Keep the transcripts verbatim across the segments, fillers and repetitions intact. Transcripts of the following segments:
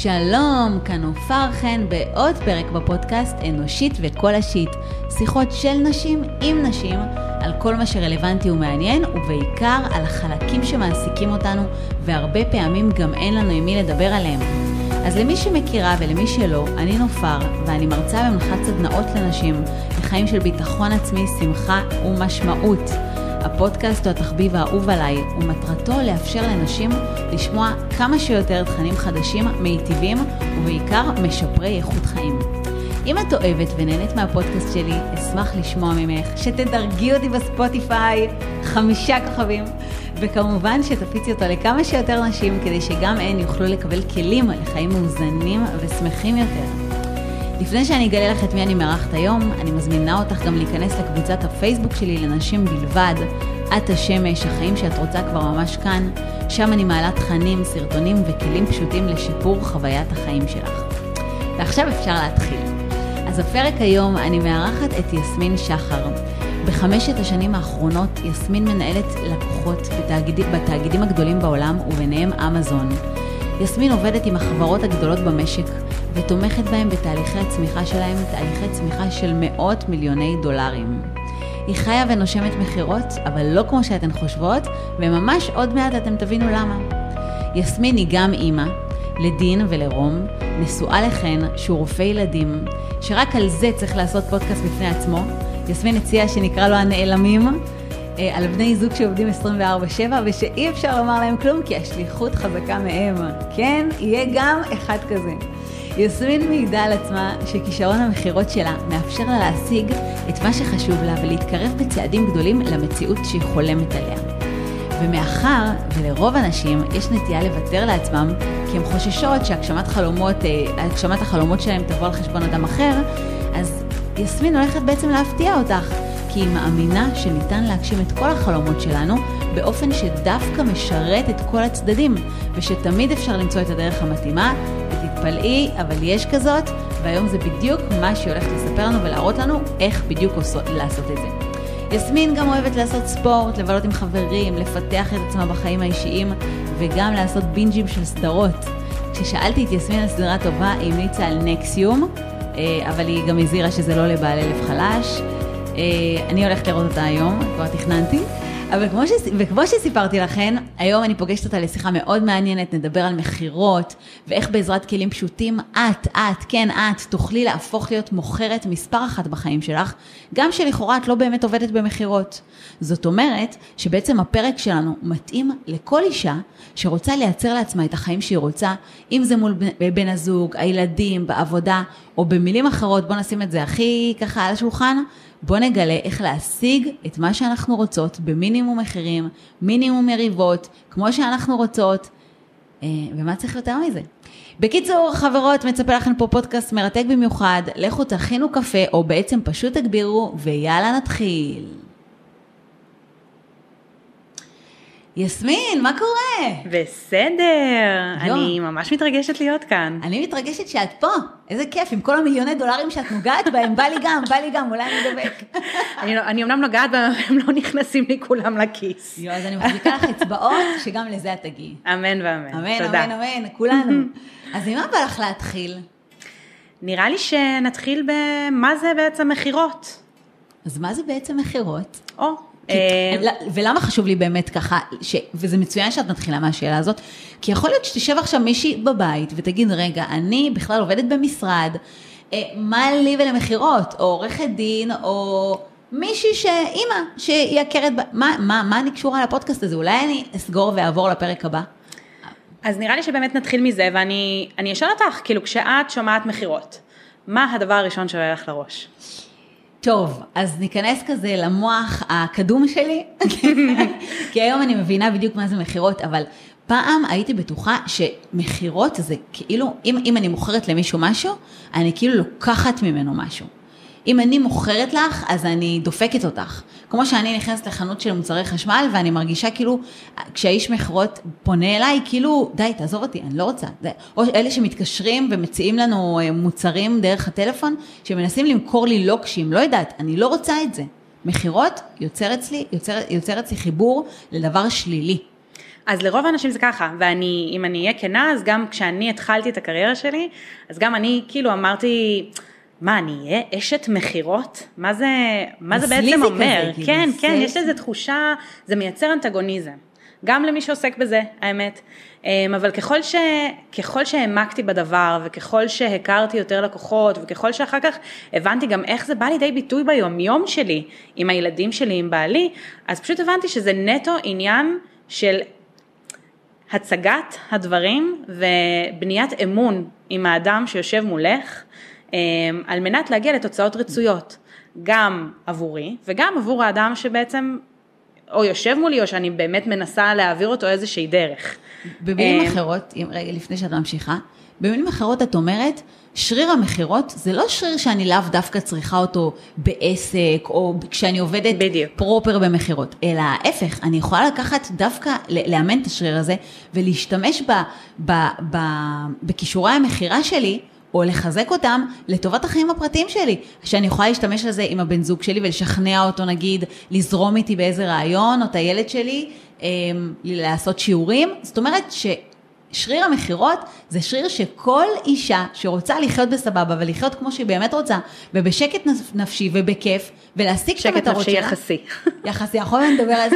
שלום, כאן עופר חן בעוד פרק בפודקאסט אנושית וכל השיט. שיחות של נשים עם נשים על כל מה שרלוונטי ומעניין, ובעיקר על החלקים שמעסיקים אותנו, והרבה פעמים גם אין לנו עם מי לדבר עליהם. אז למי שמכירה ולמי שלא, אני נופר, ואני מרצה במנחת סדנאות לנשים, לחיים של ביטחון עצמי, שמחה ומשמעות. הפודקאסט הוא התחביב האהוב עליי, ומטרתו לאפשר לנשים לשמוע כמה שיותר תכנים חדשים, מיטיבים, ובעיקר משפרי איכות חיים. אם את אוהבת ונהנית מהפודקאסט שלי, אשמח לשמוע ממך, שתדרגי אותי בספוטיפיי, חמישה כוכבים, וכמובן שתפיצי אותו לכמה שיותר נשים, כדי שגם הן יוכלו לקבל כלים לחיים מאוזנים ושמחים יותר. לפני שאני אגלה לך את מי אני מארחת היום, אני מזמינה אותך גם להיכנס לקבוצת הפייסבוק שלי לנשים בלבד, את השמש, החיים שאת רוצה כבר ממש כאן. שם אני מעלה תכנים, סרטונים וכלים פשוטים לשיפור חוויית החיים שלך. ועכשיו אפשר להתחיל. אז בפרק היום אני מארחת את יסמין שחר. בחמשת השנים האחרונות יסמין מנהלת לקוחות בתאגידים, בתאגידים הגדולים בעולם, וביניהם אמזון. יסמין עובדת עם החברות הגדולות במשק, ותומכת בהם בתהליכי הצמיחה שלהם, תהליכי צמיחה של מאות מיליוני דולרים. היא חיה ונושמת מחירות, אבל לא כמו שאתן חושבות, וממש עוד מעט אתם תבינו למה. יסמין היא גם אימא, לדין ולרום, נשואה לחן, שהוא רופא ילדים, שרק על זה צריך לעשות פודקאסט בפני עצמו. יסמין הציעה שנקרא לו הנעלמים, על בני זוג שעובדים עשרים וארבע שבע, ושאי אפשר לומר להם כלום, כי השליחות חזקה מהם. כן, יהיה גם אחד כזה. יסמין מעידה על עצמה שכישרון המחירות שלה מאפשר לה להשיג את מה שחשוב לה, ולהתקרב בצעדים גדולים למציאות שהיא חולמת עליה. ומאחר ולרוב אנשים יש נטייה לוותר לעצמם, כי הם חוששות שהגשמת חלומות, הגשמת החלומות שלהם תבוא על חשבון אדם אחר, אז יסמין הולכת בעצם להפתיע אותך, כי היא מאמינה שניתן להגשים את כל החלומות שלנו באופן שדווקא משרת את כל הצדדים, ושתמיד אפשר למצוא את הדרך המתאימה, ותתפלאי, אבל יש כזאת, והיום זה בדיוק מה שהיא הולכת לספר לנו ולהראות לנו איך בדיוק לעשות את זה. יסמין גם אוהבת לעשות ספורט, לבלות עם חברים, לפתח את עצמה בחיים האישיים, וגם לעשות בינג'ים של סדרות. כששאלתי את יסמין על סדרה טובה, היא המליצה על נקסיום, אבל היא גם הזהירה שזה לא לבעלי לב חלש. אני הולכת לראות אותה היום, כבר תכננתי, אבל כמו, ש... וכמו שסיפרתי לכן, היום אני פוגשת אותה לשיחה מאוד מעניינת, נדבר על מחירות, ואיך בעזרת כלים פשוטים, את, את, כן, את, תוכלי להפוך להיות מוכרת מספר אחת בחיים שלך, גם שלכאורה את לא באמת עובדת במחירות. זאת אומרת, שבעצם הפרק שלנו מתאים לכל אישה, שרוצה לייצר לעצמה את החיים שהיא רוצה, אם זה מול בן הזוג, הילדים, בעבודה, או במילים אחרות, בוא נשים את זה הכי ככה על השולחן, בוא נגלה איך להשיג את מה שאנחנו רוצות במינימום מחירים, מינימום מריבות, כמו שאנחנו רוצות, ומה צריך יותר מזה. בקיצור, חברות, מצפה לכם פה פודקאסט מרתק במיוחד, לכו תכינו קפה, או בעצם פשוט תגבירו, ויאללה נתחיל. יסמין, מה קורה? בסדר, אני ממש מתרגשת להיות כאן. אני מתרגשת שאת פה, איזה כיף, עם כל המיליוני דולרים שאת נוגעת בהם, בא לי גם, בא לי גם, אולי אני אדבק. אני אמנם נוגעת בהם, הם לא נכנסים לי כולם לכיס. יו, אז אני מחזיקה לך אצבעות, שגם לזה את תגיעי. אמן ואמן, אמן, תודה. אמן, אמן, כולנו. אז ממה בא לך להתחיל? נראה לי שנתחיל במה זה בעצם מחירות. אז מה זה בעצם מחירות? או, ולמה חשוב לי באמת ככה, וזה מצוין שאת מתחילה מהשאלה הזאת, כי יכול להיות שתשב עכשיו מישהי בבית ותגיד, רגע, אני בכלל עובדת במשרד, מה לי ולמחירות, או עורכת דין, או מישהי שאימא, שהיא הכרת, מה, מה, מה אני קשורה לפודקאסט הזה? אולי אני אסגור ואעבור לפרק הבא? אז נראה לי שבאמת נתחיל מזה, ואני אני אשאל אותך, כאילו כשאת שומעת מחירות, מה הדבר הראשון שעולה לך לראש? טוב, אז ניכנס כזה למוח הקדום שלי, כי היום אני מבינה בדיוק מה זה מחירות, אבל פעם הייתי בטוחה שמחירות זה כאילו, אם, אם אני מוכרת למישהו משהו, אני כאילו לוקחת ממנו משהו. אם אני מוכרת לך, אז אני דופקת אותך. כמו שאני נכנסת לחנות של מוצרי חשמל, ואני מרגישה כאילו, כשהאיש מחירות פונה אליי, כאילו, די, תעזוב אותי, אני לא רוצה. או אלה שמתקשרים ומציעים לנו מוצרים דרך הטלפון, שמנסים למכור לי לוקשים, לא יודעת, אני לא רוצה את זה. מחירות יוצר אצלי, יוצר, יוצר אצלי חיבור לדבר שלילי. אז לרוב האנשים זה ככה, ואני, אם אני אהיה כנה, אז גם כשאני התחלתי את הקריירה שלי, אז גם אני כאילו אמרתי, מה, אני אהיה אשת מחירות? מה זה, מה זה בעצם אומר? כזה, כן, זה... כן, יש לזה תחושה, זה מייצר אנטגוניזם. גם למי שעוסק בזה, האמת. אבל ככל ש, ככל שהעמקתי בדבר, וככל שהכרתי יותר לקוחות, וככל שאחר כך הבנתי גם איך זה בא לידי ביטוי ביום יום שלי, עם הילדים שלי, עם בעלי, אז פשוט הבנתי שזה נטו עניין של הצגת הדברים, ובניית אמון עם האדם שיושב מולך, על מנת להגיע לתוצאות רצויות, גם עבורי, וגם עבור האדם שבעצם או יושב מולי, או שאני באמת מנסה להעביר אותו איזושהי דרך. במילים אחרות, רגע לפני שאת ממשיכה, במילים אחרות את אומרת, שריר המחירות זה לא שריר שאני לאו דווקא צריכה אותו בעסק, או כשאני עובדת בדיוק. פרופר במחירות, אלא ההפך, אני יכולה לקחת דווקא, לאמן את השריר הזה, ולהשתמש ב, ב, ב, בכישורי המחירה שלי, או לחזק אותם לטובת החיים הפרטיים שלי, שאני יכולה להשתמש לזה עם הבן זוג שלי, ולשכנע אותו נגיד, לזרום איתי באיזה רעיון, או את הילד שלי, לעשות שיעורים. זאת אומרת ששריר המחירות, זה שריר שכל אישה שרוצה לחיות בסבבה, ולחיות כמו שהיא באמת רוצה, ובשקט נפשי ובכיף, ולהשיג את המטרות שלה. שקט נפשי יחסי. יחסי, יכולה לדבר על זה?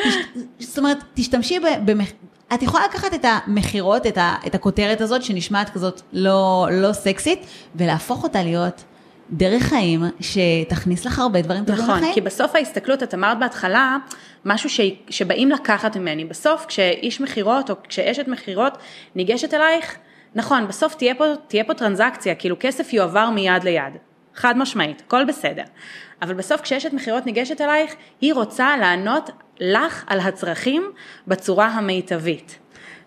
זאת אומרת, תשתמשי במחירות, את יכולה לקחת את המחירות, את, ה, את הכותרת הזאת, שנשמעת כזאת לא, לא סקסית, ולהפוך אותה להיות דרך חיים, שתכניס לך הרבה דברים טובים לחיים. נכון, כי בסוף ההסתכלות, את אמרת בהתחלה, משהו ש, שבאים לקחת ממני. בסוף, כשאיש מחירות, או כשאשת מחירות, ניגשת אלייך, נכון, בסוף תהיה פה, תהיה פה טרנזקציה, כאילו כסף יועבר מיד ליד. חד משמעית, הכל בסדר. אבל בסוף כשאשת מחירות ניגשת אלייך, היא רוצה לענות לך על הצרכים בצורה המיטבית.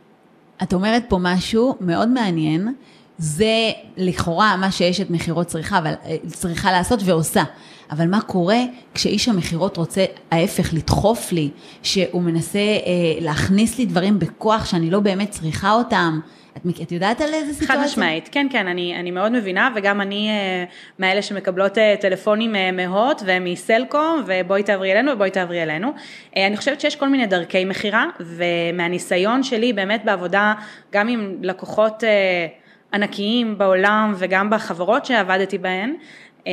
את אומרת פה משהו מאוד מעניין, זה לכאורה מה שאשת מחירות צריכה, אבל, צריכה לעשות ועושה. אבל מה קורה כשאיש המחירות רוצה ההפך לדחוף לי, שהוא מנסה אה, להכניס לי דברים בכוח שאני לא באמת צריכה אותם, את, את יודעת על איזה סיטואציה? חד משמעית, כן, כן, אני, אני מאוד מבינה, וגם אני אה, מאלה שמקבלות אה, טלפונים אה, מהוט ומסלקום, ובואי תעברי אלינו ובואי תעברי אלינו. אה, אני חושבת שיש כל מיני דרכי מחירה, ומהניסיון שלי באמת בעבודה, גם עם לקוחות אה, ענקיים בעולם, וגם בחברות שעבדתי בהן, אה,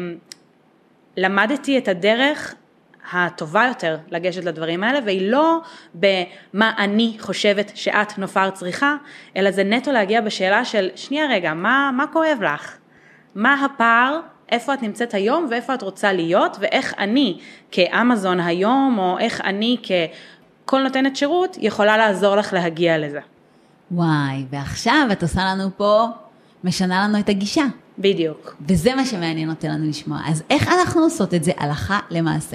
למדתי את הדרך הטובה יותר לגשת לדברים האלה, והיא לא במה אני חושבת שאת נופר צריכה, אלא זה נטו להגיע בשאלה של, שנייה רגע, מה, מה כואב לך? מה הפער? איפה את נמצאת היום ואיפה את רוצה להיות, ואיך אני כאמזון היום, או איך אני ככל נותנת שירות, יכולה לעזור לך להגיע לזה. וואי, ועכשיו את עושה לנו פה, משנה לנו את הגישה. בדיוק. וזה מה שמעניין אותי לנו לשמוע. אז איך אנחנו עושות את זה הלכה למעשה?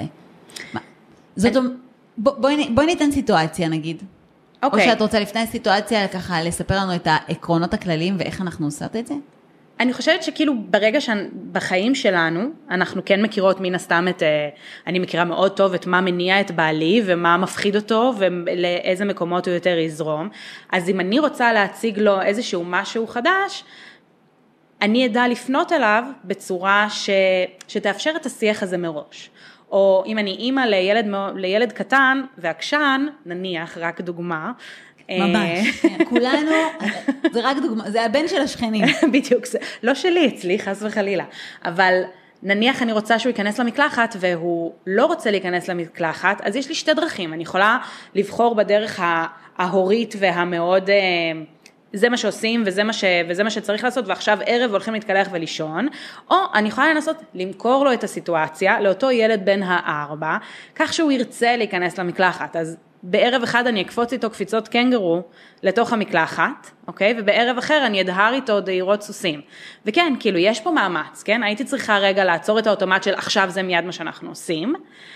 זאת אומרת, בואי, בואי ניתן סיטואציה נגיד. אוקיי. או שאת רוצה לפני סיטואציה ככה לספר לנו את העקרונות הכלליים ואיך אנחנו עושות את זה? אני חושבת שכאילו ברגע שבחיים שלנו, אנחנו כן מכירות מן הסתם את, אני מכירה מאוד טוב את מה מניע את בעלי ומה מפחיד אותו ולאיזה מקומות הוא יותר יזרום. אז אם אני רוצה להציג לו איזשהו משהו חדש, אני אדע לפנות אליו בצורה ש, שתאפשר את השיח הזה מראש. או אם אני אימא לילד, לילד קטן ועקשן, נניח, רק דוגמה. ממש, כולנו, זה רק דוגמה, זה הבן של השכנים. בדיוק, זה לא שלי, אצלי, חס וחלילה. אבל נניח אני רוצה שהוא ייכנס למקלחת, והוא לא רוצה להיכנס למקלחת, אז יש לי שתי דרכים. אני יכולה לבחור בדרך ההורית והמאוד... זה מה שעושים וזה מה, ש... וזה מה שצריך לעשות, ועכשיו ערב הולכים להתקלח ולישון, או אני יכולה לנסות למכור לו את הסיטואציה, לאותו ילד בן הארבע, כך שהוא ירצה להיכנס למקלחת, אז בערב אחד אני אקפוץ איתו קפיצות קנגרו לתוך המקלחת, אוקיי? ובערב אחר אני אדהר איתו דהירות סוסים. וכן, כאילו יש פה מאמץ, כן? הייתי צריכה רגע לעצור את האוטומט של עכשיו זה מיד מה שאנחנו עושים,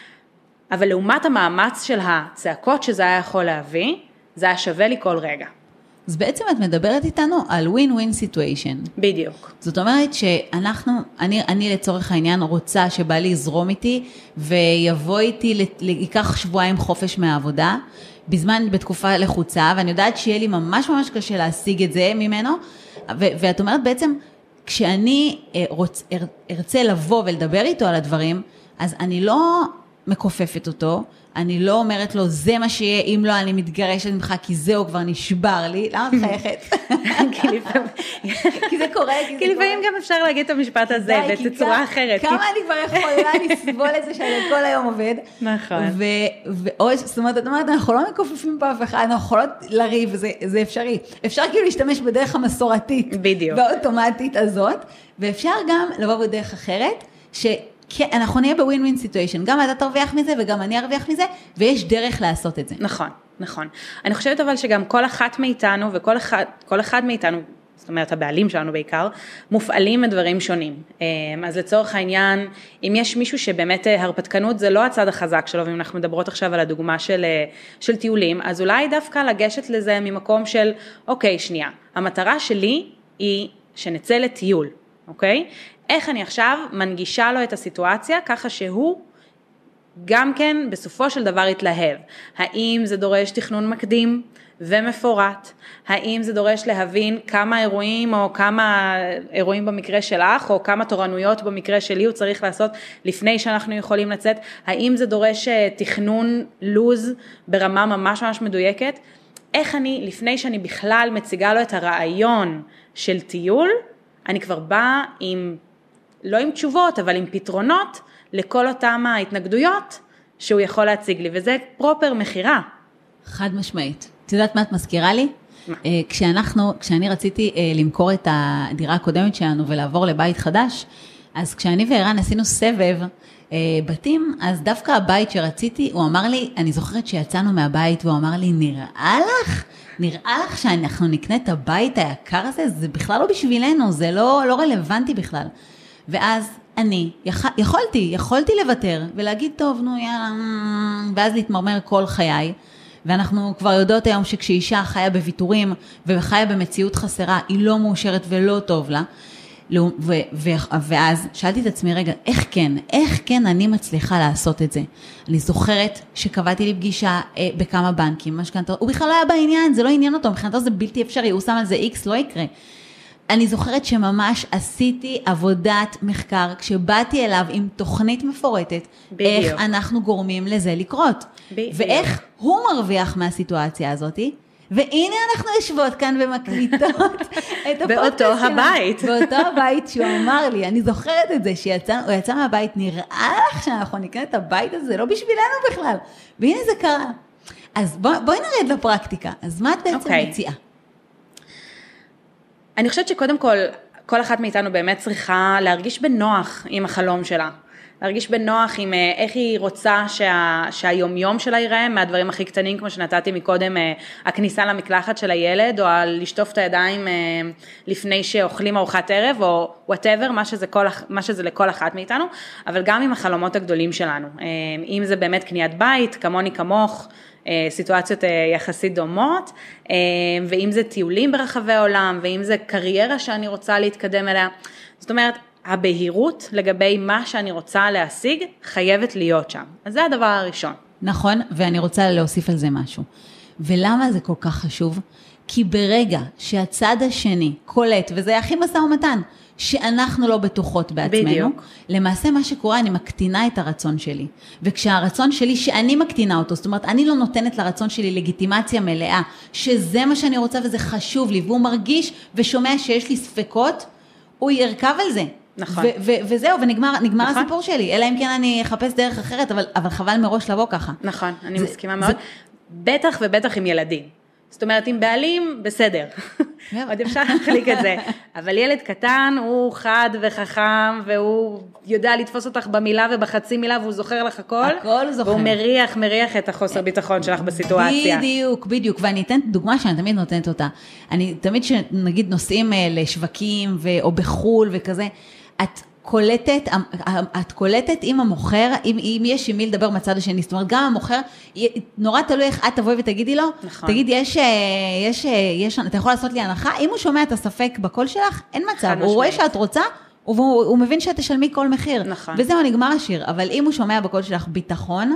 אבל לעומת המאמץ של הצעקות שזה היה יכול להביא, זה היה שווה לי כל רגע. אז בעצם את מדברת איתנו על win-win situation. בדיוק. זאת אומרת שאנחנו, אני, אני לצורך העניין רוצה שבעלי יזרום איתי, ויבוא איתי, ייקח שבועיים חופש מהעבודה, בזמן, בתקופה לחוצה, ואני יודעת שיהיה לי ממש ממש קשה להשיג את זה ממנו, ו, ואת אומרת בעצם, כשאני רוצ, ארצה לבוא ולדבר איתו על הדברים, אז אני לא, מקופפת אותו, אני לא אומרת לו, זה מה שיהיה, אם לא, אני מתגרשת ממך, כי זהו כבר נשבר לי. למה את חייכת? כי זה קורה. כי לפעמים גם אפשר להגיד את המשפט הזה, בתצורה אחרת. כמה אני כבר יכולה לסבול את זה שאני כל היום עובד. נכון. זאת אומרת, את אומרת, אנחנו לא מקופפים פה אף אחד, אנחנו יכולות לריב, זה אפשרי. אפשר כאילו להשתמש בדרך המסורתית. בדיוק. והאוטומטית הזאת, ואפשר גם לבוא בדרך אחרת, ש... כן, אנחנו נהיה בווין ווין סיטואשן, גם אתה תרוויח מזה וגם אני ארוויח מזה, ויש דרך לעשות את זה. נכון, נכון. אני חושבת אבל שגם כל אחת מאיתנו, וכל אחד, כל אחד מאיתנו, זאת אומרת הבעלים שלנו בעיקר, מופעלים מדברים שונים. אז לצורך העניין, אם יש מישהו שבאמת הרפתקנות זה לא הצד החזק שלו, ואם אנחנו מדברות עכשיו על הדוגמה של, של טיולים, אז אולי דווקא לגשת לזה ממקום של, אוקיי, שנייה, המטרה שלי היא שנצא לטיול, אוקיי? איך אני עכשיו מנגישה לו את הסיטואציה, ככה שהוא גם כן בסופו של דבר יתלהב. האם זה דורש תכנון מקדים ומפורט? האם זה דורש להבין כמה אירועים או כמה אירועים במקרה שלך, או כמה תורנויות במקרה שלי הוא צריך לעשות לפני שאנחנו יכולים לצאת? האם זה דורש תכנון לוז ברמה ממש ממש מדויקת? איך אני, לפני שאני בכלל מציגה לו את הרעיון של טיול, אני כבר באה עם... לא עם תשובות, אבל עם פתרונות לכל אותם ההתנגדויות שהוא יכול להציג לי, וזה פרופר מחירה. חד משמעית. את יודעת מה את מזכירה לי? מה? כשאנחנו, כשאני רציתי למכור את הדירה הקודמת שלנו ולעבור לבית חדש, אז כשאני ואירן עשינו סבב בתים, אז דווקא הבית שרציתי, הוא אמר לי, אני זוכרת שיצאנו מהבית, והוא אמר לי, נראה לך? נראה לך שאנחנו נקנה את הבית היקר הזה? זה בכלל לא בשבילנו, זה לא, לא רלוונטי בכלל. ואז אני יכולתי, יכולתי לוותר ולהגיד טוב, נו יאללה, ואז להתמרמר כל חיי, ואנחנו כבר יודעות היום שכשאישה חיה בוויתורים וחיה במציאות חסרה, היא לא מאושרת ולא טוב לה, ואז שאלתי את עצמי, רגע, איך כן, איך כן אני מצליחה לעשות את זה? אני זוכרת שקבעתי לי פגישה בכמה בנקים, משכנתאות, הוא בכלל לא היה בעניין, זה לא עניין אותו, מבחינתו זה בלתי אפשרי, הוא שם על זה איקס, לא יקרה. אני זוכרת שממש עשיתי עבודת מחקר, כשבאתי אליו עם תוכנית מפורטת, בדיוק. איך אנחנו גורמים לזה לקרות. בדיוק. ואיך הוא מרוויח מהסיטואציה הזאת, והנה אנחנו יושבות כאן ומקליטות את הפודקאסט באותו הבית. באותו הבית שהוא אמר לי, אני זוכרת את זה, שהוא יצא מהבית, נראה לך שאנחנו נקנה את הבית הזה, לא בשבילנו בכלל. והנה זה קרה. אז בוא, בואי נרד לפרקטיקה. אז מה את בעצם okay. מציעה? אני חושבת שקודם כל, כל אחת מאיתנו באמת צריכה להרגיש בנוח עם החלום שלה. להרגיש בנוח עם איך היא רוצה שה, שהיומיום שלה ייראה, מהדברים הכי קטנים, כמו שנתתי מקודם, הכניסה למקלחת של הילד, או לשטוף את הידיים לפני שאוכלים ארוחת ערב, או whatever, מה שזה, כל, מה שזה לכל אחת מאיתנו, אבל גם עם החלומות הגדולים שלנו. אם זה באמת קניית בית, כמוני כמוך, סיטואציות יחסית דומות, ואם זה טיולים ברחבי העולם, ואם זה קריירה שאני רוצה להתקדם אליה. זאת אומרת, הבהירות לגבי מה שאני רוצה להשיג, חייבת להיות שם. אז זה הדבר הראשון. נכון, ואני רוצה להוסיף על זה משהו. ולמה זה כל כך חשוב? כי ברגע שהצד השני קולט, וזה הכי משא ומתן, שאנחנו לא בטוחות בעצמנו, בדיוק. למעשה מה שקורה, אני מקטינה את הרצון שלי. וכשהרצון שלי, שאני מקטינה אותו, זאת אומרת, אני לא נותנת לרצון שלי לגיטימציה מלאה, שזה מה שאני רוצה וזה חשוב לי, והוא מרגיש ושומע שיש לי ספקות, הוא ירכב על זה. נכון. ו- ו- וזהו, ונגמר נגמר נכון. הסיפור שלי, אלא אם כן אני אחפש דרך אחרת, אבל, אבל חבל מראש לבוא ככה. נכון, אני זה, מסכימה מאוד. זה... בטח ובטח עם ילדים. זאת אומרת, עם בעלים, בסדר. עוד אפשר להחליק את זה. אבל ילד קטן הוא חד וחכם, והוא יודע לתפוס אותך במילה ובחצי מילה, והוא זוכר לך הכל. הכל הוא זוכר. והוא מריח, מריח את החוסר ביטחון שלך בסיטואציה. בדיוק, בדיוק. ואני אתן דוגמה שאני תמיד נותנת אותה. אני תמיד שנגיד נוסעים לשווקים, או בחול וכזה, את... קולטת, את קולטת עם המוכר, אם, אם יש עם מי לדבר מצד השני, זאת אומרת, גם המוכר, נורא תלוי איך את תבואי ותגידי לו, נכון. תגיד, יש, יש, יש, אתה יכול לעשות לי הנחה? אם הוא שומע את הספק בקול שלך, אין מצב, הוא רואה שאת רוצה, והוא, הוא מבין שאת תשלמי כל מחיר, נכון. וזהו נגמר השיר, אבל אם הוא שומע בקול שלך ביטחון,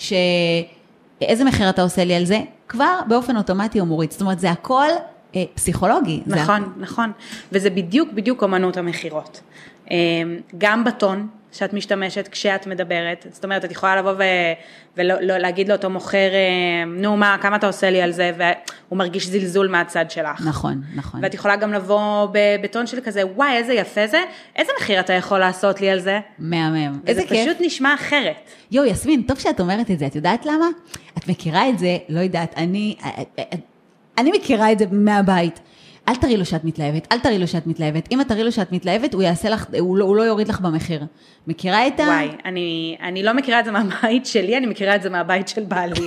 שאיזה מחיר אתה עושה לי על זה, כבר באופן אוטומטי הוא מוריד, זאת אומרת, זה הכל אה, פסיכולוגי. נכון, זה... נכון, וזה בדיוק, בדיוק אומנות המחירות. גם בטון שאת משתמשת כשאת מדברת, זאת אומרת, את יכולה לבוא ולהגיד לאותו מוכר, נו מה, כמה אתה עושה לי על זה, והוא מרגיש זלזול מהצד שלך. נכון, נכון. ואת יכולה גם לבוא בטון של כזה, וואי, איזה יפה זה, איזה מחיר אתה יכול לעשות לי על זה? מהמם, איזה כיף. זה פשוט נשמע אחרת. יו, יסמין, טוב שאת אומרת את זה, את יודעת למה? את מכירה את זה, לא יודעת, אני, אני מכירה את זה מהבית. אל תראי לו שאת מתלהבת, אל תראי לו שאת מתלהבת. אם את תראי לו שאת מתלהבת, הוא יעשה לך, הוא לא, הוא לא יוריד לך במחיר. מכירה את ה... וואי, אני, אני לא מכירה את זה מהבית שלי, אני מכירה את זה מהבית של בעלי.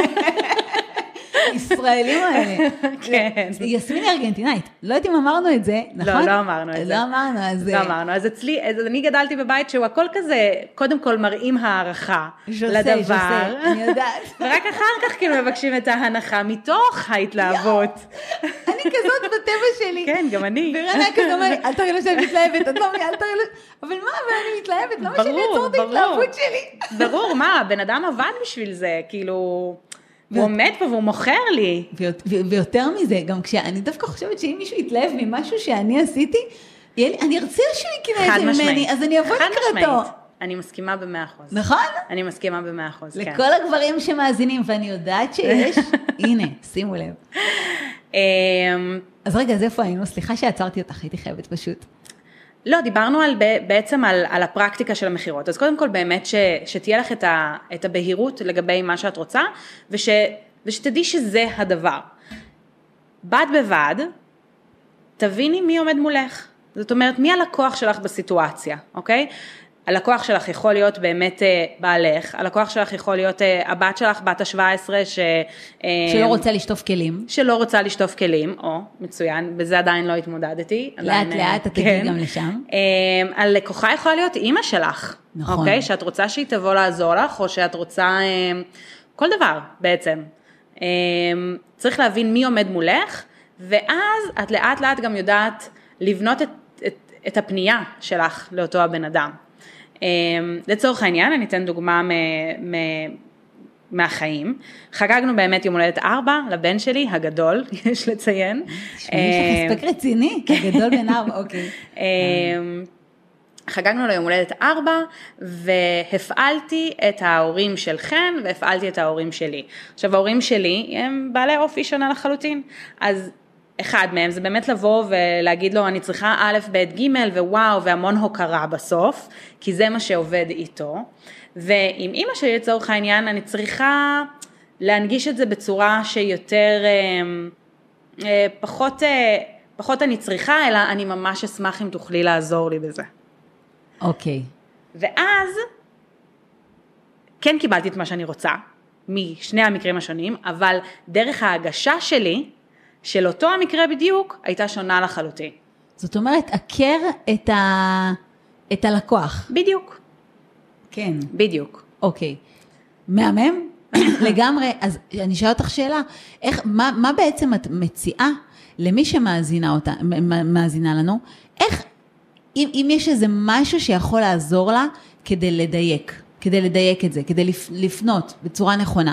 ישראלים האלה. כן. יסמין היא ארגנטינאית. לא יודעת אם אמרנו את זה, נכון? לא, לא אמרנו את זה. לא אמרנו, אז... לא אמרנו. אז אצלי, אז אני גדלתי בבית שהוא הכל כזה, קודם כל מראים הערכה לדבר. ז'וסה, אני יודעת. ורק אחר כך כאילו מבקשים את ההנחה מתוך ההתלהבות. אני כזאת בטבע שלי. כן, גם אני. ורנה כזה אומר לי, אל תראי לו שאני מתלהבת, את לא מי, אל תראי לו... אבל מה, ואני מתלהבת, לא משנה לעצור את ההתלהבות שלי. ברור, מה, בן אדם עבד בשביל זה, כאילו... הוא עומד פה והוא מוכר לי. ויותר מזה, גם כשאני דווקא חושבת שאם מישהו יתלהב ממשהו שאני עשיתי, אני ארצה שהוא יקנה את זה ממני, אז אני אבוא לקראתו. אני מסכימה במאה אחוז. נכון? אני מסכימה במאה אחוז, כן. לכל הגברים שמאזינים, ואני יודעת שיש, הנה, שימו לב. אז רגע, אז איפה היינו? סליחה שעצרתי אותך, הייתי חייבת פשוט. לא, דיברנו על, בעצם על, על הפרקטיקה של המחירות. אז קודם כל באמת ש, שתהיה לך את, ה, את הבהירות לגבי מה שאת רוצה, וש, ושתדעי שזה הדבר. בד בבד, תביני מי עומד מולך. זאת אומרת, מי הלקוח שלך בסיטואציה, אוקיי? הלקוח שלך יכול להיות באמת בעלך, הלקוח שלך יכול להיות הבת שלך, בת ה-שבע עשרה, ש... שלא רוצה לשטוף כלים. שלא רוצה לשטוף כלים, או, מצוין, בזה עדיין לא התמודדתי. לאט לאט, את תגיעי גם לשם. הלקוחה יכולה להיות אימא שלך, נכון. אוקיי? שאת רוצה שהיא תבוא לעזור לך, או שאת רוצה, כל דבר בעצם. צריך להבין מי עומד מולך, ואז את לאט לאט גם יודעת לבנות את, את, את הפנייה שלך לאותו הבן אדם. לצורך העניין, אני אתן דוגמה מהחיים. חגגנו באמת יום הולדת ארבע לבן שלי, הגדול, יש לציין. יש לך הספק רציני, הגדול בן ארבע, אוקיי. חגגנו לו יום הולדת ארבע, והפעלתי את ההורים של חן, והפעלתי את ההורים שלי. עכשיו, ההורים שלי הם בעלי אופי שונה לחלוטין, אז אחד מהם זה באמת לבוא ולהגיד לו, אני צריכה א' ב' ג' ווואו, והמון הוקרה בסוף, כי זה מה שעובד איתו. ועם אמא שלי לצורך העניין, אני צריכה להנגיש את זה בצורה שיותר, פחות, פחות אני צריכה, אלא אני ממש אשמח אם תוכלי לעזור לי בזה. אוקיי. ואז, כן קיבלתי את מה שאני רוצה, משני המקרים השונים, אבל דרך ההגשה שלי, של אותו המקרה בדיוק, הייתה שונה לחלוטין. זאת אומרת, עקר את, ה... את הלקוח. בדיוק. כן. בדיוק. אוקיי. מהמם? לגמרי. אז אני אשאל אותך שאלה, איך, מה, מה בעצם את מציעה למי שמאזינה אותה, מאזינה לנו, איך, אם, אם יש איזה משהו שיכול לעזור לה כדי לדייק, כדי לדייק את זה, כדי לפ, לפנות בצורה נכונה?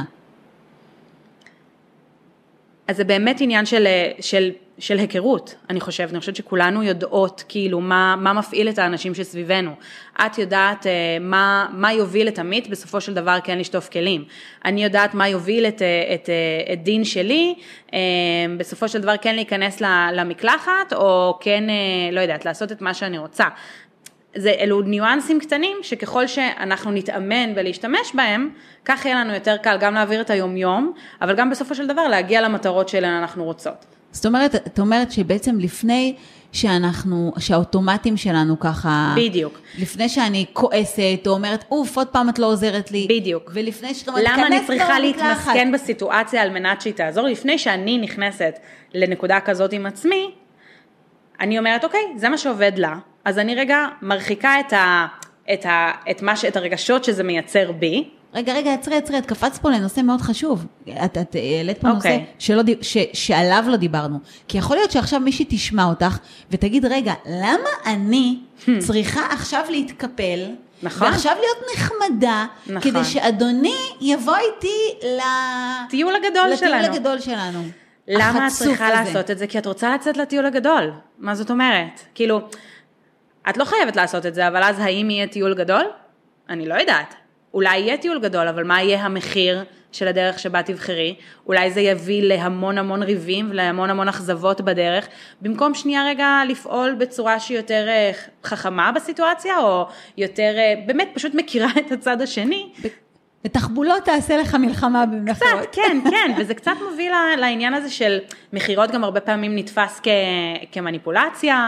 אז זה באמת עניין של, של, של היכרות, אני חושבת. אני חושבת שכולנו יודעות כאילו מה, מה מפעיל את האנשים שסביבנו. את יודעת מה, מה יוביל את עמית בסופו של דבר כן לשטוף כלים. אני יודעת מה יוביל את, את, את דין שלי, בסופו של דבר כן להיכנס למקלחת, או כן, לא יודעת, לעשות את מה שאני רוצה. זה, אלו ניואנסים קטנים שככל שאנחנו נתאמן ולהשתמש בהם, כך יהיה לנו יותר קל גם להעביר את היום-יום, אבל גם בסופו של דבר להגיע למטרות שלנו אנחנו רוצות. זאת אומרת, את אומרת שבעצם לפני שאנחנו, שהאוטומטים שלנו ככה... בדיוק. לפני שאני כועסת, או אומרת, אוף, עוד פעם את לא עוזרת לי. בדיוק. ולפני שאת אומרת, למה אני צריכה להתמסכן בסיטואציה על מנת שהיא תעזור? לפני שאני נכנסת לנקודה כזאת עם עצמי, אני אומרת, אוקיי, זה מה שעובד לה. אז אני רגע מרחיקה את ה, את ה, את מה ש, את הרגשות שזה מייצר בי. רגע, רגע, עצרי, עצרי, את קפצת פה לנושא מאוד חשוב. את, את העלית פה נושא שלא, ש, שעליו לא דיברנו. כי יכול להיות שעכשיו מישהי תשמע אותך ותגיד, רגע, למה אני צריכה עכשיו להתקפל, נכון. ועכשיו להיות נחמדה, נכון. כדי שאדוני יבוא איתי לטיול הגדול לטיול שלנו. הגדול שלנו. למה את צריכה הזה. לעשות את זה? כי את רוצה לצאת לטיול הגדול. מה זאת אומרת? כאילו, את לא חייבת לעשות את זה, אבל אז האם יהיה טיול גדול? אני לא יודעת. אולי יהיה טיול גדול, אבל מה יהיה המחיר של הדרך שבה תבחרי? אולי זה יביא להמון המון ריבים ולהמון המון אכזבות בדרך, במקום שנייה רגע לפעול בצורה שהיא יותר חכמה בסיטואציה, או יותר באמת פשוט מכירה את הצד השני. ותחבולות תעשה לך מלחמה במחרות. קצת, כן, כן, וזה קצת מוביל לעניין הזה של מחירות גם הרבה פעמים נתפס כ, כמניפולציה.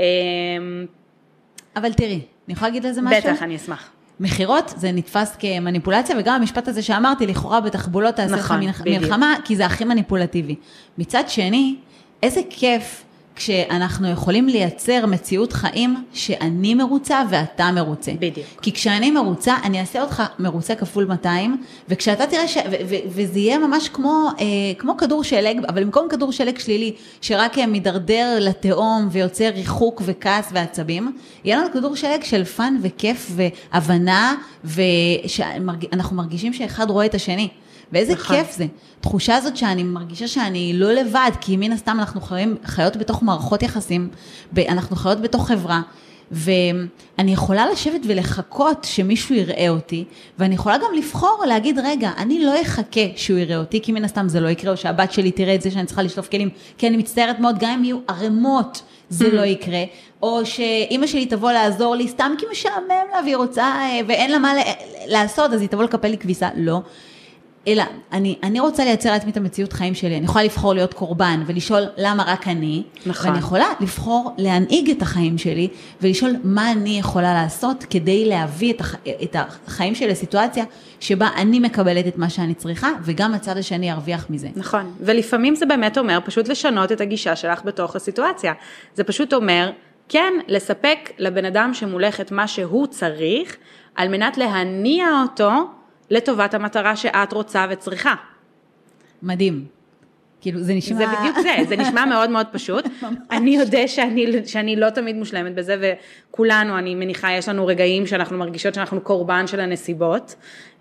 אבל תראי, אני יכולה להגיד לזה משהו? בטח, אני אשמח. מחירות זה נתפס כמניפולציה, וגם המשפט הזה שאמרתי, לכאורה בתחבולות תעשה לך מלחמה, כי זה הכי מניפולטיבי. מצד שני, איזה כיף כשאנחנו יכולים לייצר מציאות חיים שאני מרוצה ואתה מרוצה. בדיוק. כי כשאני מרוצה, אני אעשה אותך מרוצה כפול מאתיים, וכשאתה תראה ש... ו- ו- וזה יהיה ממש כמו, אה, כמו כדור שלג, אבל במקום כדור שלג שלילי, שרק מדרדר לתהום ויוצר ריחוק וכעס ועצבים, יהיה לנו כדור שלג של פן וכיף והבנה, ושאנחנו מרגישים שאחד רואה את השני. ואיזה נכון. כיף זה. תחושה הזאת שאני מרגישה שאני לא לבד, כי מן הסתם אנחנו חיים, חיות בתוך מערכות יחסים, אנחנו חיות בתוך חברה, ואני יכולה לשבת ולחכות שמישהו יראה אותי, ואני יכולה גם לבחור להגיד, רגע, אני לא אחכה שהוא יראה אותי, כי מן הסתם זה לא יקרה, או שהבת שלי תראה את זה שאני צריכה לשלוף כלים, כי אני מצטערת מאוד, גם אם יהיו ערמות, זה לא יקרה, או שאמא שלי תבוא לעזור לי, סתם כי משעמם לה, והיא רוצה, ואין לה מה לעשות, אז היא תבוא לקפל לי כביסה, לא. אלא, אני, אני רוצה לייצר לעצמי את המציאות חיים שלי, אני יכולה לבחור להיות קורבן, ולשאול למה רק אני, נכון. ואני יכולה לבחור להנהיג את החיים שלי, ולשאול מה אני יכולה לעשות, כדי להביא את, הח, את החיים שלי לסיטואציה, שבה אני מקבלת את מה שאני צריכה, וגם הצד השני ירוויח מזה. נכון, ולפעמים זה באמת אומר, פשוט לשנות את הגישה שלך בתוך הסיטואציה. זה פשוט אומר, כן, לספק לבן אדם שמולך את מה שהוא צריך, על מנת להניע אותו, לטובת המטרה שאת רוצה וצריכה. מדהים. כאילו, זה נשמע... זה בדיוק זה, זה נשמע מאוד מאוד פשוט. אני יודע שאני, שאני לא תמיד מושלמת בזה, וכולנו, אני מניחה, יש לנו רגעים שאנחנו מרגישות שאנחנו קורבן של הנסיבות,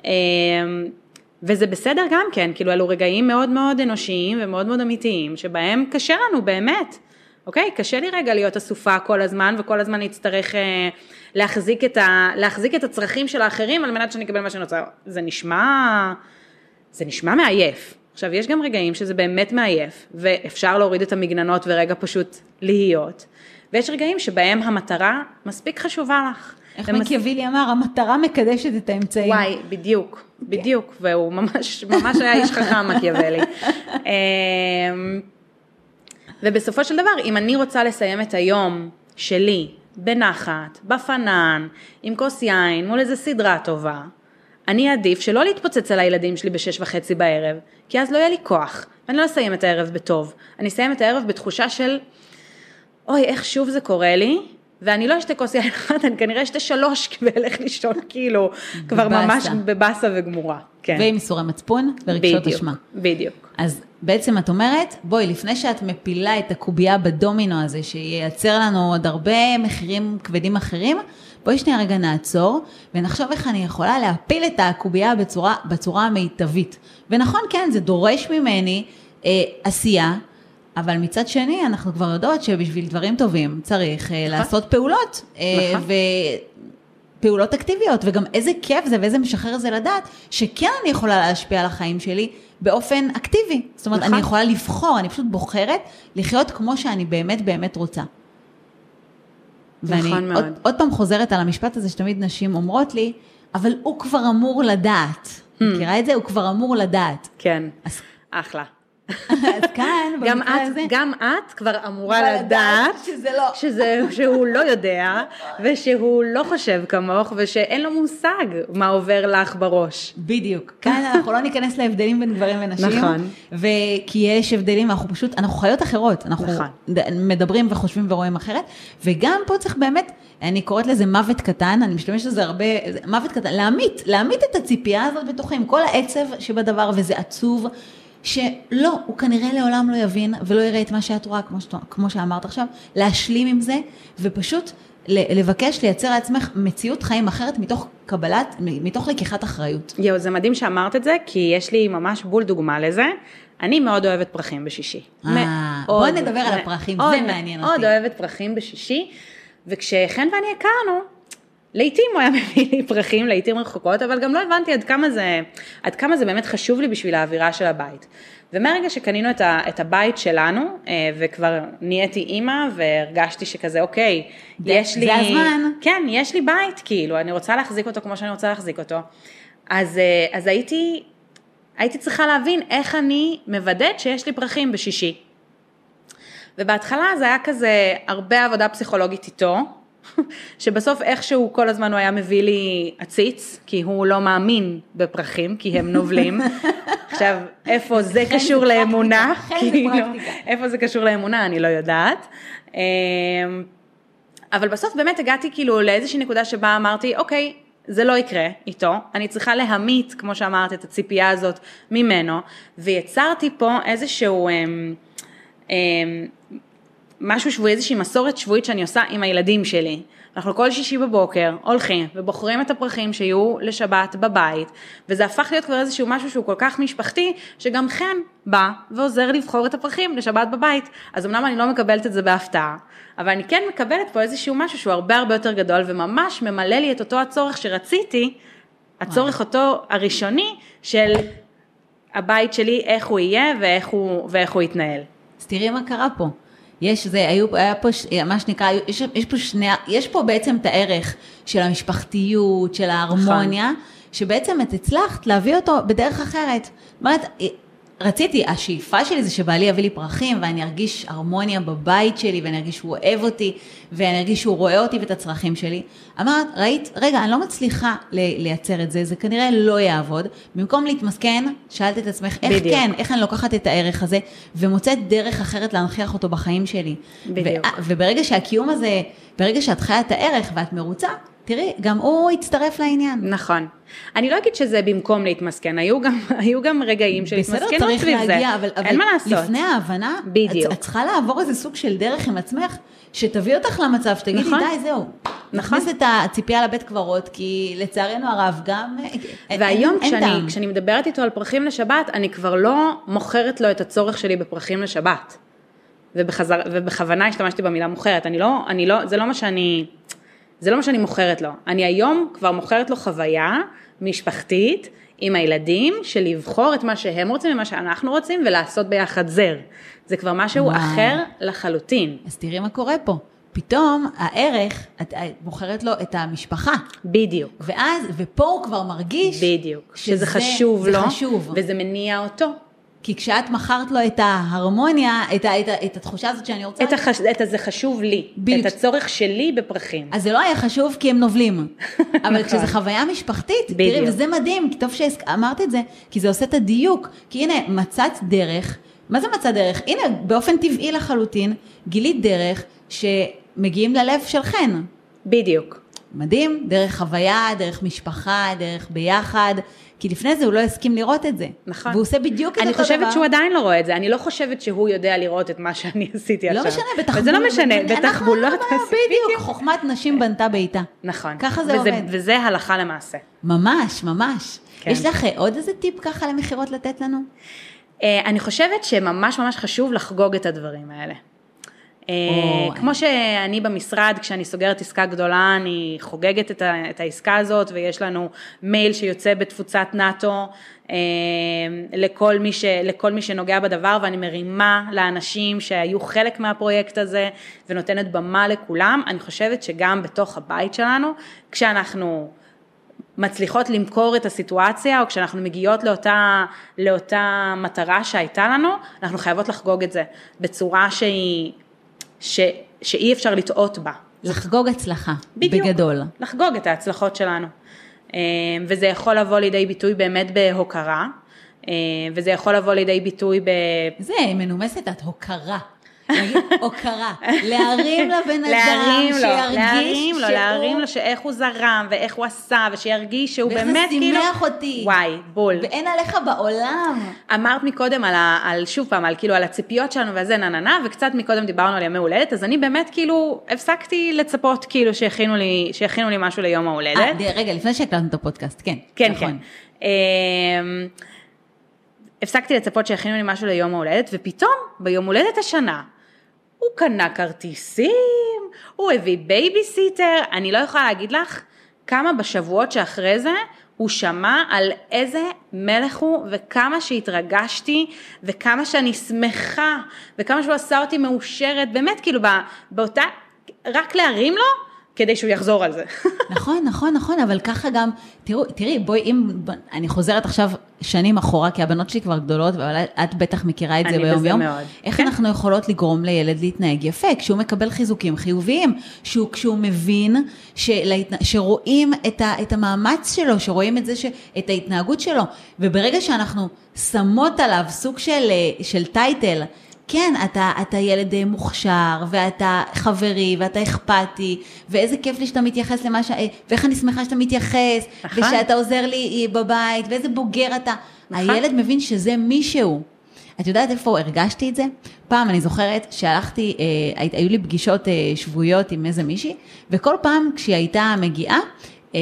וזה בסדר גם כן, כאילו, אלו רגעים מאוד מאוד אנושיים ומאוד מאוד אמיתיים, שבהם קשה לנו באמת. אוקיי? קשה לי רגע להיות אסופה כל הזמן, וכל הזמן נצטרך אה, להחזיק, את ה, להחזיק את הצרכים של האחרים, על מנת שאני אקבל מה שאני רוצה. זה נשמע, זה נשמע מעייף. עכשיו, יש גם רגעים שזה באמת מעייף, ואפשר להוריד את המגננות ורגע פשוט להיות. ויש רגעים שבהם המטרה מספיק חשובה לך. איך מקיאוולי אמר, המטרה מקדשת את האמצעים. וואי, בדיוק, בדיוק, והוא ממש, ממש היה איש חכם מקיאוולי. ובסופו של דבר, אם אני רוצה לסיים את היום שלי, בנחת, בפנן, עם כוס יין, מול איזו סדרה טובה, אני עדיף שלא להתפוצץ על הילדים שלי בשש וחצי בערב, כי אז לא יהיה לי כוח, ואני לא אסיים את הערב בטוב. אני אסיים את הערב בתחושה של, אוי, איך שוב זה קורה לי, ואני לא אשתה כוס יין אחת, אני כנראה אשתה שלוש, ואלך לישון כאילו, כבר ממש בבאסה וגמורה. כן. ועם איסורי מצפון ורגשות אשמה. בדיוק. אז בעצם את אומרת, בואי, לפני שאת מפילה את הקובייה בדומינו הזה, שייצר לנו עוד הרבה מחירים כבדים אחרים, בואי שנייה רגע נעצור, ונחשוב איך אני יכולה להפיל את הקובייה בצורה, בצורה המיטבית. ונכון, כן, זה דורש ממני אה, עשייה, אבל מצד שני, אנחנו כבר יודעות שבשביל דברים טובים צריך אה, לעשות פעולות, אה, ו... פעולות אקטיביות, וגם איזה כיף זה ואיזה משחרר זה לדעת, שכן אני יכולה להשפיע על החיים שלי באופן אקטיבי. זאת אומרת, אני יכולה לבחור, אני פשוט בוחרת לחיות כמו שאני באמת באמת רוצה. ואני עוד, עוד פעם חוזרת על המשפט הזה שתמיד נשים אומרות לי, אבל הוא כבר אמור לדעת. מכירה את זה? הוא כבר אמור לדעת. כן, אז... אחלה. אז כאן, במקרה הזה... גם את כבר אמורה לדעת שזה לא. שזה, שהוא לא יודע, ושהוא לא חושב כמוך, ושאין לו מושג מה עובר לך בראש. בדיוק. כאן אנחנו לא ניכנס להבדלים בין גברים ונשים. נכון. וכי יש הבדלים, אנחנו פשוט, אנחנו חיות אחרות. אנחנו מדברים וחושבים ורואים אחרת. וגם פה צריך באמת, אני קוראת לזה מוות קטן, אני משתמשת לזה הרבה, מוות קטן, להמית, להמית את הציפייה הזאת בתוכי, עם כל העצב שבדבר, וזה עצוב, שלא, הוא כנראה לעולם לא יבין ולא יראה את מה שאת רואה, כמו, שאת, כמו שאמרת עכשיו, להשלים עם זה, ופשוט לבקש לייצר לעצמך מציאות חיים אחרת מתוך קבלת, מתוך לקיחת אחריות. יו, זה מדהים שאמרת את זה, כי יש לי ממש בול דוגמה לזה. אני מאוד אוהבת פרחים בשישי. אה, בוא נדבר על הפרחים, זה מעניין אותי. מאוד אוהבת פרחים בשישי, וכשחן ואני הכרנו, לעתים הוא היה מביא לי פרחים, לעתים רחוקות, אבל גם לא הבנתי עד כמה זה, עד כמה זה באמת חשוב לי בשביל האווירה של הבית. ומהרגע שקנינו את, ה, את הבית שלנו, וכבר נהייתי אימא, והרגשתי שכזה, אוקיי, יש לי... זה הזמן. כן, יש לי בית, כאילו, אני רוצה להחזיק אותו כמו שאני רוצה להחזיק אותו. אז, אז הייתי, הייתי צריכה להבין איך אני מוודאת שיש לי פרחים בשישי. ובהתחלה זה היה כזה הרבה עבודה פסיכולוגית איתו, שבסוף איכשהו כל הזמן הוא היה מביא לי עציץ, כי הוא לא מאמין בפרחים, כי הם נובלים. עכשיו, איפה זה קשור לאמונה? איפה זה קשור לאמונה, אני לא יודעת. אבל בסוף באמת הגעתי כאילו לאיזושהי נקודה שבה אמרתי, אוקיי, זה לא יקרה איתו, אני צריכה להמית, כמו שאמרת, את הציפייה הזאת ממנו, ויצרתי פה איזשהו... משהו שבועי, איזושהי מסורת שבועית שאני עושה עם הילדים שלי. אנחנו כל שישי בבוקר הולכים ובוחרים את הפרחים שיהיו לשבת בבית, וזה הפך להיות כבר איזשהו משהו שהוא כל כך משפחתי, שגם חן בא ועוזר לבחור את הפרחים לשבת בבית. אז אמנם אני לא מקבלת את זה בהפתעה, אבל אני כן מקבלת פה איזשהו משהו שהוא הרבה הרבה יותר גדול, וממש ממלא לי את אותו הצורך שרציתי, הצורך אותו הראשוני של הבית שלי, איך הוא יהיה ואיך הוא, ואיך הוא יתנהל. אז תראי מה קרה פה. יש, זה, היו, היה פה, מה שנקרא, יש, יש פה שני, יש פה בעצם את הערך של המשפחתיות, של ההרמוניה, שבעצם את הצלחת להביא אותו בדרך אחרת. זאת אומרת, רציתי, השאיפה שלי זה שבעלי יביא לי פרחים, ואני ארגיש הרמוניה בבית שלי, ואני ארגיש שהוא אוהב אותי, ואני ארגיש שהוא רואה אותי ואת הצרכים שלי. אמרת, ראית, רגע, אני לא מצליחה לייצר את זה, זה כנראה לא יעבוד. במקום להתמסכן, שאלת את עצמך, איך בדיוק. כן, איך אני לוקחת את הערך הזה, ומוצאת דרך אחרת להנחיח אותו בחיים שלי. בדיוק. ו- וברגע שהקיום הזה, ברגע שאת חיה את הערך ואת מרוצה, תראי, גם הוא הצטרף לעניין. נכון. אני לא אגיד שזה במקום להתמסכן, היו גם, היו גם רגעים של התמסכנות סביב זה. אבל, אבל אין מה לעשות. לפני ההבנה, את, את צריכה לעבור איזה סוג של דרך עם עצמך, שתביא אותך למצב, שתגידי, נכון. די, זהו. נכון. נכניס את הציפייה לבית קברות, כי לצערנו הרב גם... והיום אין, כשאני, אין כשאני מדברת איתו על פרחים לשבת, אני כבר לא מוכרת לו את הצורך שלי בפרחים לשבת. ובחזר, ובכוונה השתמשתי במילה מוכרת. אני לא, אני לא, זה לא מה שאני... זה לא מה שאני מוכרת לו. אני היום כבר מוכרת לו חוויה משפחתית עם הילדים, של לבחור את מה שהם רוצים ומה שאנחנו רוצים, ולעשות ביחד זר. זה כבר משהו וואי. אחר לחלוטין. אז תראי מה קורה פה. פתאום הערך, את מוכרת לו את המשפחה. בדיוק. ואז, ופה הוא כבר מרגיש. בדיוק. שזה, שזה חשוב לו. חשוב. וזה מניע אותו. כי כשאת מכרת לו את ההרמוניה, את, ה, את, ה, את התחושה הזאת שאני רוצה... את, החש... את זה חשוב לי, בדיוק. את הצורך שלי בפרחים. אז זה לא היה חשוב כי הם נובלים. אבל כשזה חוויה משפחתית, בדיוק. תראי, וזה מדהים, טוב שאמרת את זה, כי זה עושה את הדיוק. כי הנה, מצאת דרך, מה זה מצאת דרך? הנה, באופן טבעי לחלוטין, גילית דרך שמגיעים ללב שלכן. בדיוק. מדהים, דרך חוויה, דרך משפחה, דרך ביחד, כי לפני זה הוא לא הסכים לראות את זה. נכון. והוא עושה בדיוק את אותו דבר. אני חושבת שהוא עדיין לא רואה את זה, אני לא חושבת שהוא יודע לראות את מה שאני עשיתי עכשיו. לא משנה, בתחבולות. וזה לא משנה, בתחבולות. בדיוק, חוכמת נשים בנתה ביתה. נכון. ככה זה עובד. וזה הלכה למעשה. ממש, ממש. יש לך עוד איזה טיפ ככה למחירות לתת לנו? אני חושבת שממש ממש חשוב לחגוג את הדברים האלה. כמו שאני במשרד, כשאני סוגרת עסקה גדולה, אני חוגגת את, ה, את העסקה הזאת, ויש לנו מייל שיוצא בתפוצת נאטו, לכל מי, ש, לכל מי שנוגע בדבר, ואני מרימה לאנשים שהיו חלק מהפרויקט הזה, ונותנת במה לכולם. אני חושבת שגם בתוך הבית שלנו, כשאנחנו מצליחות למכור את הסיטואציה, או כשאנחנו מגיעות לאותה, לאותה מטרה שהייתה לנו, אנחנו חייבות לחגוג את זה, בצורה שהיא... ש, שאי אפשר לטעות בה. לחגוג הצלחה, בדיוק, בגדול. לחגוג את ההצלחות שלנו. וזה יכול לבוא לידי ביטוי באמת בהוקרה, וזה יכול לבוא לידי ביטוי ב... זה מנומסת את הוקרה. הוקרה. להרים לבן אדם, שירגיש שהוא... להרים לו שאיך הוא זרם, ואיך הוא עשה, ושירגיש שהוא באמת כאילו... ואיך זה שימח אותי. וואי, בול. ואין עליך בעולם. אמרת מקודם על, על שוב פעם, על כאילו על הציפיות שלנו וזה נננה, וקצת מקודם דיברנו על ימי הולדת, אז אני באמת כאילו הפסקתי לצפות כאילו שהכינו לי, שהכינו לי משהו ליום ההולדת. אה, רגע, לפני שהקלטנו את הפודקאסט, כן. כן, כן. הפסקתי לצפות שהכינו לי משהו ליום ההולדת, ופתאום ביום הולדת השנה, הוא קנה כרטיסים, הוא הביא בייביסיטר, אני לא יכולה להגיד לך כמה בשבועות שאחרי זה, הוא שמע על איזה מלך הוא, וכמה שהתרגשתי, וכמה שאני שמחה, וכמה שהוא עשה אותי מאושרת, באמת כאילו באותה, רק להרים לו, כדי שהוא יחזור על זה. נכון, נכון, נכון, אבל ככה גם, תראו, תראי, בואי, אם, אני חוזרת עכשיו שנים אחורה, כי הבנות שלי כבר גדולות, אבל את בטח מכירה את זה ביום יום. איך אנחנו יכולות לגרום לילד להתנהג יפה, כשהוא מקבל חיזוקים חיוביים, שהוא, כשהוא מבין שרואים את, ה, את המאמץ שלו, שרואים את זה, את ההתנהגות שלו, וברגע שאנחנו שמות עליו סוג של, של טייטל, כן, אתה, אתה ילד מוכשר, ואתה חברי, ואתה אכפתי, ואיזה כיף לי שאתה מתייחס למה ש... ואיך אני שמחה שאתה מתייחס, נכון. ושאתה עוזר לי בבית, ואיזה בוגר אתה. נכון. הילד מבין שזה מישהו. את יודעת איפה הרגשתי את זה? פעם אני זוכרת שהלכתי, אה, היו לי פגישות אה, שבועיות עם איזה מישהי, וכל פעם כשהיא הייתה מגיעה, אה,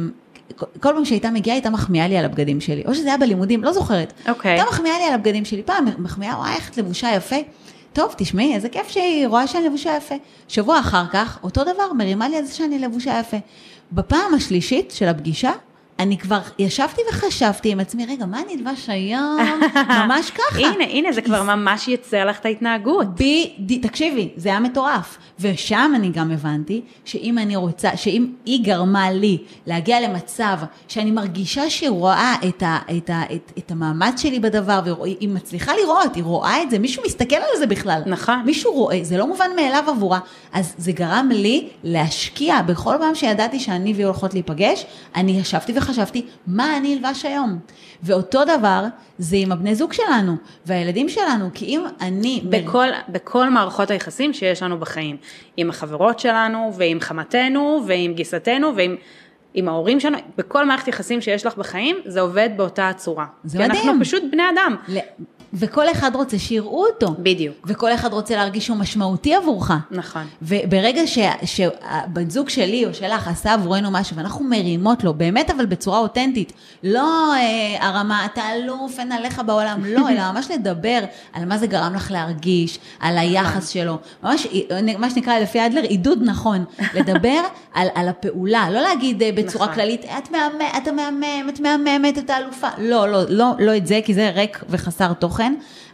כל פעם שהייתה מגיעה, הייתה מחמיאה לי על הבגדים שלי, או שזה היה בלימודים, לא זוכרת. Okay. הייתה מחמיאה לי על הבגדים שלי, פעם מחמיאה, וואי, איך את לבושה יפה. טוב, תשמעי, איזה כיף שהיא רואה שאני לבושה יפה. שבוע אחר כך, אותו דבר, מרימה לי על זה שאני לבושה יפה. בפעם השלישית של הפגישה, אני כבר ישבתי וחשבתי עם עצמי, רגע, מה נלבש היום? ממש ככה. הנה, הנה, זה כבר ממש יצר לך את ההתנהגות. ב... תקשיבי, זה היה מטורף. ושם אני גם הבנתי, שאם אני רוצה, שאם היא גרמה לי להגיע למצב, שאני מרגישה שהיא רואה את, ה, את, ה, את, את המאמץ שלי בדבר, והיא מצליחה לראות, היא רואה את זה, מישהו מסתכל על זה בכלל. נכון. מישהו רואה, זה לא מובן מאליו עבורה. אז זה גרם לי להשקיע, בכל פעם שידעתי שאני והיא הולכות להיפגש, אני ישבתי וחשבתי, מה אני אלבש היום? ואותו דבר, זה עם הבני זוג שלנו, והילדים שלנו, כי אם אני... בכל, בכל מערכות היחסים שיש לנו בחיים, עם החברות שלנו, ועם חמתנו, ועם גיסתנו, ועם עם ההורים שלנו, בכל מערכת יחסים שיש לך בחיים, זה עובד באותה הצורה. זה כי מדהים. אנחנו פשוט בני אדם. ל... וכל אחד רוצה שיראו אותו. בדיוק. וכל אחד רוצה להרגיש שהוא משמעותי עבורך. נכון. וברגע ש... שהבן זוג שלי או שלך עשה עבורנו משהו, ואנחנו מרימות לו, באמת אבל בצורה אותנטית, לא אה, הרמה, אתה אלוף, אין עליך בעולם, לא, אלא ממש לדבר על מה זה גרם לך להרגיש, על היחס שלו. ממש, מה שנקרא לפי אדלר, עידוד נכון. לדבר על, על הפעולה, לא להגיד בצורה נכון. כללית, את מהמם, אתה מהמם, את מהממת, את האלופה. לא, לא, לא, לא את זה, כי זה ריק וחסר תוכן.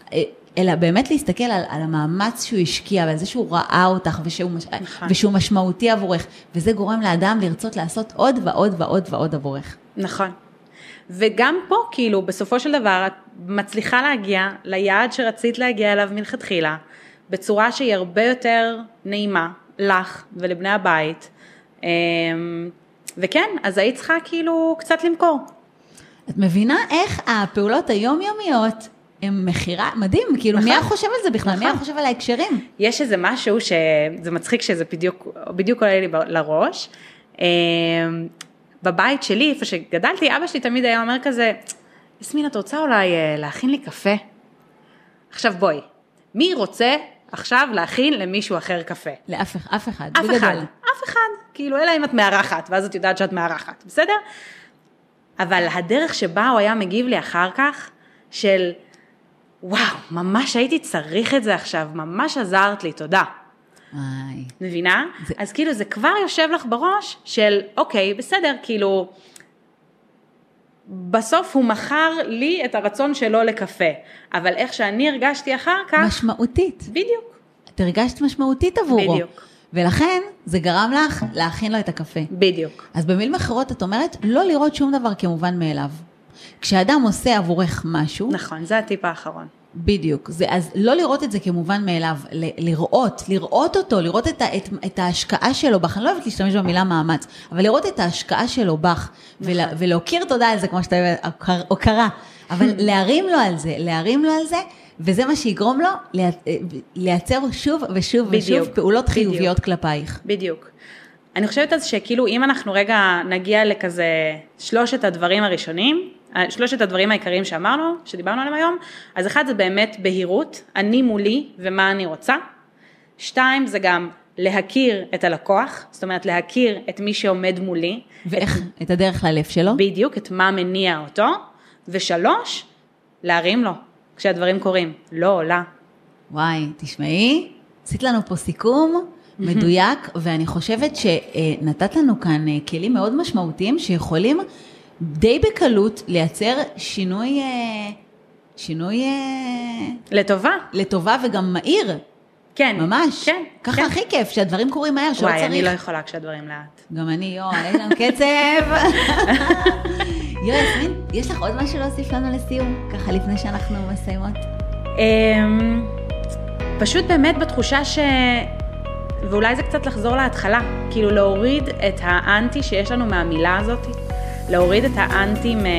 אלא באמת להסתכל על, על המאמץ שהוא השקיע, ועל זה שהוא ראה אותך, ושהוא, נכון. ושהוא משמעותי עבורך, וזה גורם לאדם לרצות לעשות עוד ועוד ועוד ועוד עבורך. נכון. וגם פה, כאילו, בסופו של דבר, את מצליחה להגיע ליעד שרצית להגיע אליו מלכתחילה, בצורה שהיא הרבה יותר נעימה, לך ולבני הבית, וכן, אז היית צריכה כאילו קצת למכור. את מבינה איך הפעולות היומיומיות, הם מחירה, מדהים, כאילו נכון. מי היה חושב על זה בכלל, נכון. מי היה חושב על ההקשרים? יש איזה משהו שזה מצחיק שזה בדיוק, בדיוק עולה לי לראש, בבית שלי, איפה שגדלתי, אבא שלי תמיד היה אומר כזה, יסמין, את רוצה אולי להכין לי קפה? עכשיו בואי, מי רוצה עכשיו להכין למישהו אחר קפה? לאף אף אחד, אף אחד, אף אחד, כאילו אלא אם את מארחת, ואז את יודעת שאת מארחת, בסדר? אבל הדרך שבה הוא היה מגיב לי אחר כך, של וואו, ממש הייתי צריך את זה עכשיו, ממש עזרת לי, תודה. וואי. מבינה? זה... אז כאילו זה כבר יושב לך בראש של, אוקיי, בסדר, כאילו, בסוף הוא מכר לי את הרצון שלו לקפה, אבל איך שאני הרגשתי אחר כך... משמעותית. בדיוק. את הרגשת משמעותית עבורו. בדיוק. ולכן זה גרם לך להכין לו את הקפה. בדיוק. אז במילים אחרות את אומרת, לא לראות שום דבר כמובן מאליו. כשאדם עושה עבורך משהו... נכון, זה הטיפ האחרון. בדיוק. זה, אז לא לראות את זה כמובן מאליו, ל- לראות, לראות אותו, לראות את, ה, את, את ההשקעה שלו בך, אני לא אוהבת להשתמש במילה מאמץ, אבל לראות את ההשקעה שלו בך, נכון. ולה, ולהוקיר תודה על זה, כמו שאתה אוהבת, הוקרה, אבל להרים לו על זה, להרים לו על זה, וזה מה שיגרום לו לייצר שוב ושוב בדיוק, ושוב פעולות בדיוק. חיוביות כלפייך. בדיוק. אני חושבת אז שכאילו אם אנחנו רגע נגיע לכזה שלושת הדברים הראשונים, שלושת הדברים העיקריים שאמרנו, שדיברנו עליהם היום, אז אחד זה באמת בהירות, אני מולי ומה אני רוצה. שתיים זה גם להכיר את הלקוח, זאת אומרת להכיר את מי שעומד מולי. ואיך? את, את הדרך ללב שלו? בדיוק, את מה מניע אותו. ושלוש, להרים לו כשהדברים קורים, לא עולה. וואי, תשמעי, עשית לנו פה סיכום מדויק, ואני חושבת שנתת לנו כאן כלים מאוד משמעותיים, שיכולים די בקלות לייצר שינוי, שינוי לטובה. לטובה וגם מהיר. כן. ממש. כן. ככה כן. הכי כיף, שהדברים קורים מהר, שלא וואי, צריך. אני לא יכולה כשהדברים לאט. גם אני, יו, עלי לנו קצב. יו, יסמין, יש לך עוד משהו להוסיף לנו לסיום? ככה לפני שאנחנו מסיימות. פשוט באמת בתחושה ש... ואולי זה קצת לחזור להתחלה, כאילו להוריד את האנטי שיש לנו מהמילה הזאת, להוריד את האנטי מ...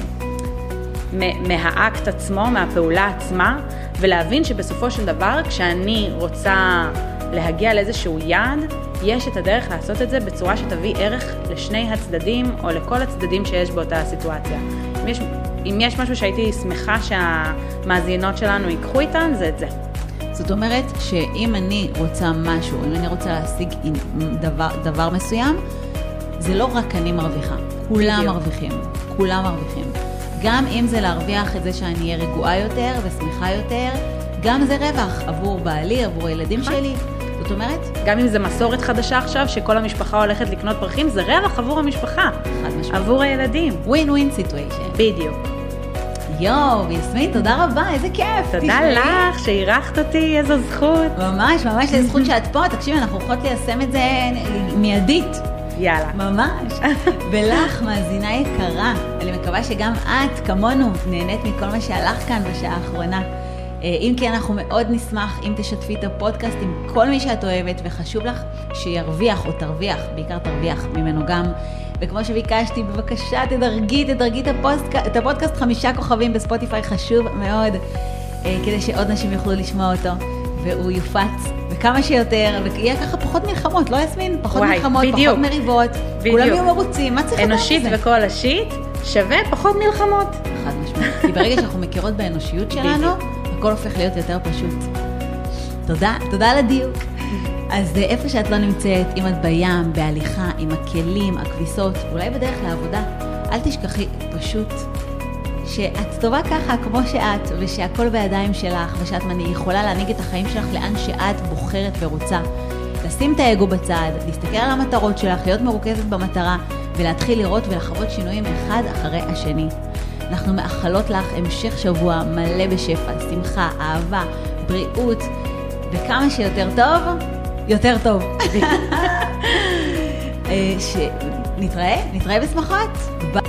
מ... מהאקט עצמו, מהפעולה עצמה, ולהבין שבסופו של דבר, כשאני רוצה להגיע לאיזשהו יעד, יש את הדרך לעשות את זה בצורה שתביא ערך לשני הצדדים, או לכל הצדדים שיש באותה הסיטואציה. אם יש, אם יש משהו שהייתי שמחה שהמאזינות שלנו ייקחו איתן, זה את זה. זאת אומרת שאם אני רוצה משהו, אם אני רוצה להשיג דבר, דבר מסוים, זה לא רק אני מרוויחה, כולם בדיוק. מרוויחים, כולם מרוויחים. גם אם זה להרוויח את זה שאני אהיה רגועה יותר ושמחה יותר, גם זה רווח עבור בעלי, עבור הילדים שלי. זאת אומרת? גם אם זה מסורת חדשה עכשיו, שכל המשפחה הולכת לקנות פרחים, זה רווח עבור המשפחה. חד משמעית. עבור הילדים. ווין-ווין סיטואשן. בדיוק. יואו, יסמין, תודה רבה, איזה כיף. תודה לך שאירחת אותי, איזו זכות. ממש, ממש, איזו זכות שאת פה. תקשיבי, אנחנו יכולות ליישם את זה מיידית. יאללה. ממש. ולך, מאזינה יקרה, אני מקווה שגם את, כמונו, נהנית מכל מה שהלך כאן בשעה האחרונה. אם כי אנחנו מאוד נשמח אם תשתפי את הפודקאסט עם כל מי שאת אוהבת, וחשוב לך שירוויח או תרוויח, בעיקר תרוויח ממנו גם. וכמו שביקשתי, בבקשה תדרגי, תדרגי את הפודקאסט, את הפודקאסט חמישה כוכבים בספוטיפיי, חשוב מאוד, כדי שעוד נשים יוכלו לשמוע אותו, והוא יופץ וכמה שיותר, ויהיה ככה פחות מלחמות, לא יסמין? פחות וואי, מלחמות, בדיוק. פחות מריבות, בדיוק. כולם יהיו מרוצים, מה צריך לדעת את זה? אנושית וכל השיט שווה פחות מלחמות. חד משמעית, כי ברגע שאנחנו מכירות באנושיות שלנו, הכל הופך להיות יותר פשוט. תודה, תודה על הדיוק. אז איפה שאת לא נמצאת, אם את בים, בהליכה, עם הכלים, הכביסות, אולי בדרך לעבודה, אל תשכחי פשוט שאת טובה ככה כמו שאת, ושהכל בידיים שלך, ושאת יכולה להנהיג את החיים שלך לאן שאת בוחרת ורוצה. לשים את האגו בצד, להסתכל על המטרות שלך, להיות מרוכזת במטרה, ולהתחיל לראות ולחוות שינויים אחד אחרי השני. אנחנו מאחלות לך המשך שבוע מלא בשפע, שמחה, אהבה, בריאות, וכמה שיותר טוב, יותר טוב. נתראה, נתראה בשמחות. ביי.